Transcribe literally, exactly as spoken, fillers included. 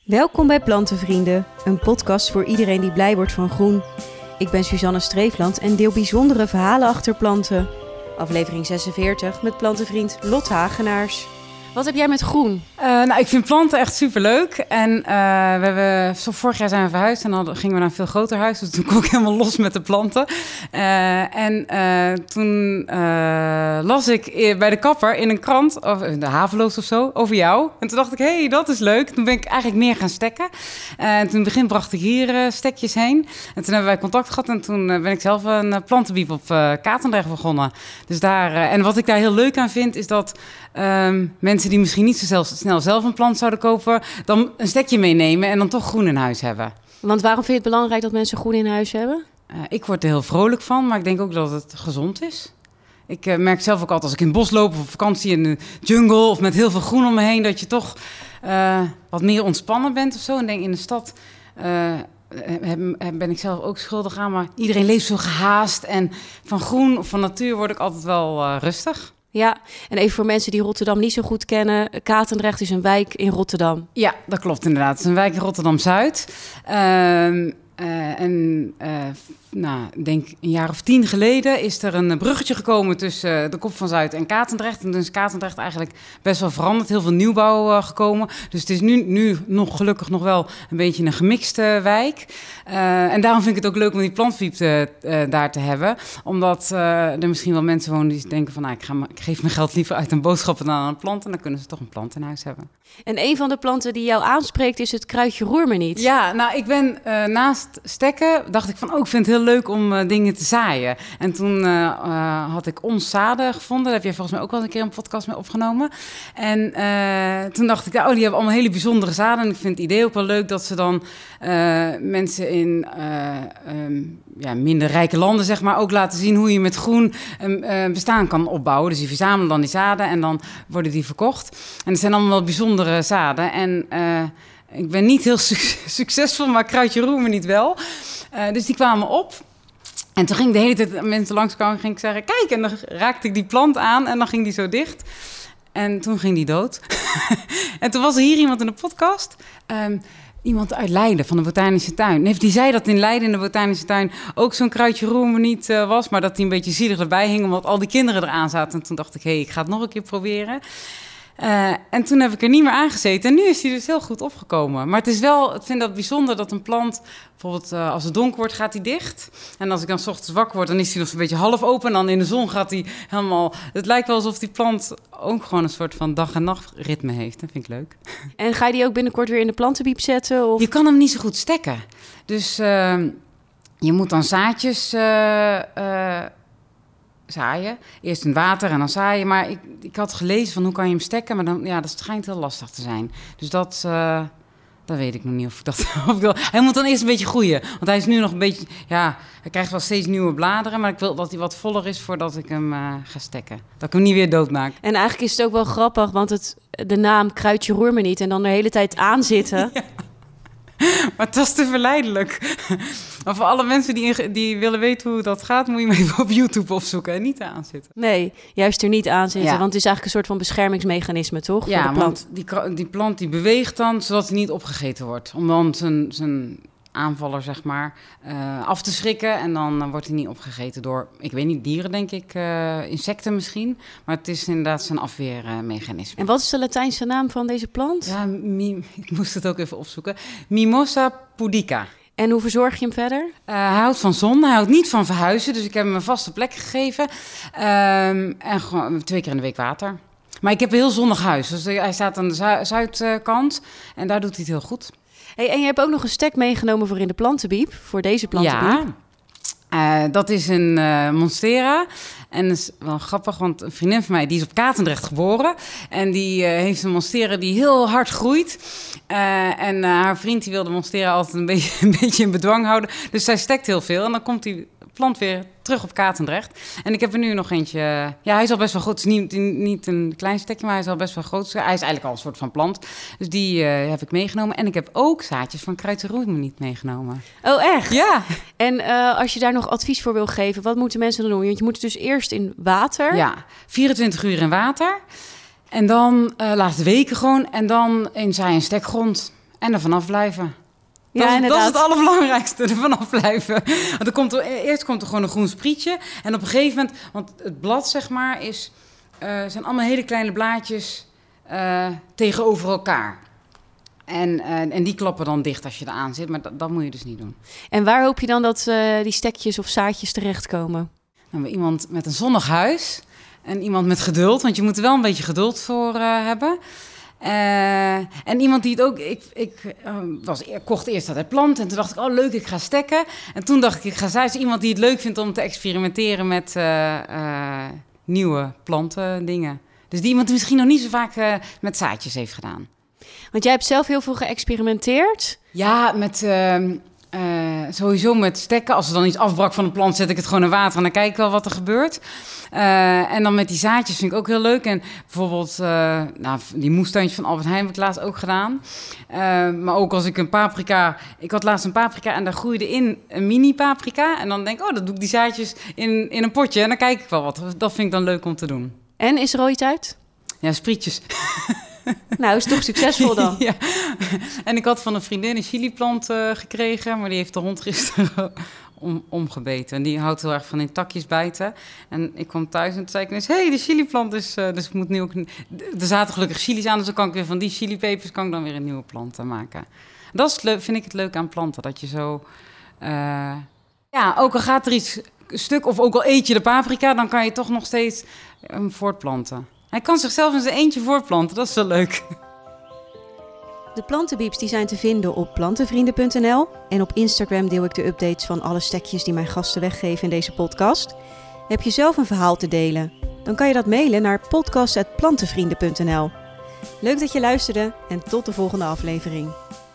Welkom bij Plantenvrienden, een podcast voor iedereen die blij wordt van groen. Ik ben Suzanne Streefland en deel bijzondere verhalen achter planten. Aflevering zesenveertig met plantenvriend Lot Hagenaars. Wat heb jij met groen? Uh, nou, ik vind planten echt superleuk. En uh, we hebben, zo vorig jaar zijn we verhuisd en dan gingen we naar een veel groter huis. Dus toen kon ik helemaal los met de planten. Uh, en uh, toen uh, las ik bij de kapper in een krant, of de Haveloos of zo, over jou. En toen dacht ik, hé, hey, dat is leuk. Toen ben ik eigenlijk meer gaan stekken. Uh, en toen in het begin bracht ik hier uh, stekjes heen. En toen hebben wij contact gehad en toen uh, ben ik zelf een uh, plantenbiep op uh, Katendrecht begonnen. Dus daar, uh, en wat ik daar heel leuk aan vind, is dat um, mensen die misschien niet zo zelf, snel zelf een plant zouden kopen, dan een stekje meenemen en dan toch groen in huis hebben. Want waarom vind je het belangrijk dat mensen groen in huis hebben? Uh, ik word er heel vrolijk van, maar ik denk ook dat het gezond is. Ik uh, merk zelf ook altijd als ik in het bos loop of op vakantie in de jungle of met heel veel groen om me heen, dat je toch uh, wat meer ontspannen bent of zo. En denk in de stad uh, heb, heb, ben ik zelf ook schuldig aan, maar iedereen leeft zo gehaast. En van groen of van natuur word ik altijd wel uh, rustig. Ja, en even voor mensen die Rotterdam niet zo goed kennen. Katendrecht is een wijk in Rotterdam. Ja, dat klopt inderdaad. Het is een wijk in Rotterdam-Zuid. Uh, uh, en uh, nou, ik denk een jaar of tien geleden is er een bruggetje gekomen tussen uh, de Kop van Zuid en Katendrecht. En toen is Katendrecht eigenlijk best wel veranderd. Heel veel nieuwbouw uh, gekomen. Dus het is nu, nu nog gelukkig nog wel een beetje een gemixte wijk. Uh, en daarom vind ik het ook leuk om die plantwiep te, uh, daar te hebben. Omdat uh, er misschien wel mensen wonen die denken van, nou, ik, ga maar, ik geef mijn geld liever uit aan boodschappen dan aan een plant. En dan kunnen ze toch een plant in huis hebben. En een van de planten die jou aanspreekt is het kruidje roermeniet. Ja, nou, ik ben uh, naast stekken, dacht ik van, oh, ik vind het heel leuk om uh, dingen te zaaien. En toen uh, uh, had ik Ons Zaden gevonden. Daar heb jij volgens mij ook wel een keer een podcast mee opgenomen. En uh, toen dacht ik, oh, die hebben allemaal hele bijzondere zaden. En ik vind het idee ook wel leuk dat ze dan uh, mensen in uh, um, ja, minder rijke landen, zeg maar, ook laten zien hoe je met groen een uh, bestaan kan opbouwen. Dus die verzamelen dan die zaden en dan worden die verkocht. En het zijn allemaal wel bijzondere zaden. En uh, ik ben niet heel su- succesvol, maar kruidje roermeniet wel. Uh, dus die kwamen op. En toen ging de hele tijd mensen langskwamen, ging ik zeggen, kijk, en dan raakte ik die plant aan en dan ging die zo dicht. En toen ging die dood. En toen was er hier iemand in de podcast, um, iemand uit Leiden van de Botanische Tuin. Nee, die zei dat in Leiden in de Botanische Tuin ook zo'n kruidje roermeniet uh, was, maar dat die een beetje zielig erbij hing, omdat al die kinderen eraan zaten. En toen dacht ik, hé, hey, ik ga het nog een keer proberen. Uh, en toen heb ik er niet meer aangezeten. En nu is die dus heel goed opgekomen. Maar het is wel, ik vind dat bijzonder dat een plant, bijvoorbeeld uh, als het donker wordt, gaat die dicht. En als ik dan 's ochtends wakker word, dan is die nog een beetje half open. En dan in de zon gaat die helemaal. Het lijkt wel alsof die plant ook gewoon een soort van dag- en nachtritme heeft. Dat vind ik leuk. En ga je die ook binnenkort weer in de plantenbiep zetten? Of? Je kan hem niet zo goed stekken. Dus uh, je moet dan zaadjes Uh, uh, zaaien. Eerst in water en dan zaaien. Maar ik, ik had gelezen van hoe kan je hem stekken, maar dan, ja, dat schijnt heel lastig te zijn. Dus dat, uh, dat weet ik nog niet of ik dat... Of ik wil. Hij moet dan eerst een beetje groeien. Want hij is nu nog een beetje... Ja, hij krijgt wel steeds nieuwe bladeren, maar ik wil dat hij wat voller is voordat ik hem uh, ga stekken. Dat ik hem niet weer doodmaak. En eigenlijk is het ook wel grappig, want het, de naam kruidje roermeniet en dan de hele tijd aanzitten. Ja. Maar het was te verleidelijk. Maar voor alle mensen die, die willen weten hoe dat gaat, moet je hem even op YouTube opzoeken en niet aanzitten. Nee, juist er niet aan zitten, ja. Want het is eigenlijk een soort van beschermingsmechanisme, toch? Ja, voor de plant. Want die, die plant die beweegt dan, zodat hij niet opgegeten wordt. Om dan zijn, zijn aanvaller, zeg maar, uh, af te schrikken. En dan uh, wordt hij niet opgegeten door, ik weet niet, dieren, denk ik, uh, insecten misschien. Maar het is inderdaad zijn afweermechanisme. En wat is de Latijnse naam van deze plant? Ja, mi, ik moest het ook even opzoeken. Mimosa pudica. En hoe verzorg je hem verder? Uh, hij houdt van zon, hij houdt niet van verhuizen. Dus ik heb hem een vaste plek gegeven. Um, en gewoon twee keer in de week water. Maar ik heb een heel zonnig huis. Dus hij staat aan de zu- zuidkant. En daar doet hij het heel goed. Hey, en je hebt ook nog een stek meegenomen voor in de plantenbiep. Voor deze plantenbiep. Ja, uh, dat is een uh, Monstera. En dat is wel grappig, want een vriendin van mij die is op Katendrecht geboren. En die uh, heeft een Monstera die heel hard groeit. Uh, en uh, haar vriend die wil de Monstera altijd een beetje, een beetje in bedwang houden. Dus zij stekt heel veel. En dan komt die plant weer terug op Katendrecht. En ik heb er nu nog eentje. Ja, hij is al best wel groot. Het is niet, niet een klein stekje, maar hij is al best wel groot. Hij is eigenlijk al een soort van plant. Dus die uh, heb ik meegenomen. En ik heb ook zaadjes van kruidje roermeniet meegenomen. Oh, echt? Ja. En uh, als je daar nog advies voor wil geven, wat moeten mensen dan doen? Want je moet het dus eerst in water. Ja, vierentwintig uur in water. En dan uh, laat het weken gewoon. En dan in zaai- en stekgrond. En er vanaf blijven. Ja, dat, is, inderdaad. dat is het allerbelangrijkste, er vanaf blijven. Want er komt er, eerst komt er gewoon een groen sprietje. En op een gegeven moment, want het blad zeg maar, is, uh, zijn allemaal hele kleine blaadjes uh, tegenover elkaar. En, uh, en die klappen dan dicht als je eraan zit, maar dat, dat moet je dus niet doen. En waar hoop je dan dat uh, die stekjes of zaadjes terechtkomen? Nou, bij iemand met een zonnig huis en iemand met geduld, want je moet er wel een beetje geduld voor uh, hebben. Uh, en iemand die het ook... Ik, ik uh, was, kocht eerst altijd planten en toen dacht ik, oh leuk, ik ga stekken. En toen dacht ik, ik ga zaaien. Iemand die het leuk vindt om te experimenteren met uh, uh, nieuwe planten, dingen. Dus die iemand die misschien nog niet zo vaak uh, met zaadjes heeft gedaan. Want jij hebt zelf heel veel geëxperimenteerd. Ja, met... Uh, Uh, sowieso met stekken. Als er dan iets afbrak van een plant, zet ik het gewoon in water en dan kijk ik wel wat er gebeurt. Uh, en dan met die zaadjes vind ik ook heel leuk. En bijvoorbeeld uh, nou, die moestuintjes van Albert Heijn heb ik laatst ook gedaan. Uh, maar ook als ik een paprika... Ik had laatst een paprika en daar groeide in een mini paprika. En dan denk ik, oh, dan doe ik die zaadjes in, in een potje. En dan kijk ik wel wat. Dat vind ik dan leuk om te doen. En is er ooit uit? Ja, sprietjes. Nou, is toch succesvol dan? Ja. En ik had van een vriendin een chiliplant uh, gekregen, maar die heeft de hond gisteren om, omgebeten. En die houdt heel erg van in takjes bijten. En ik kwam thuis en toen zei ik ineens, hé, hey, de chiliplant is... Uh, dus ik moet nu ook... Er zaten gelukkig chili's aan, dus dan kan ik weer van die chilipepers kan ik dan weer een nieuwe plant maken. Dat is leuk, vind ik het leuk aan planten, dat je zo... Uh, ja, ook al gaat er iets stuk, of ook al eet je de paprika, dan kan je toch nog steeds um, voortplanten. Hij kan zichzelf in zijn eentje voortplanten, dat is wel leuk. De plantenbieps die zijn te vinden op plantenvrienden punt n l. En op Instagram deel ik de updates van alle stekjes die mijn gasten weggeven in deze podcast. Heb je zelf een verhaal te delen? Dan kan je dat mailen naar podcast apenstaartje plantenvrienden punt n l. Leuk dat je luisterde en tot de volgende aflevering.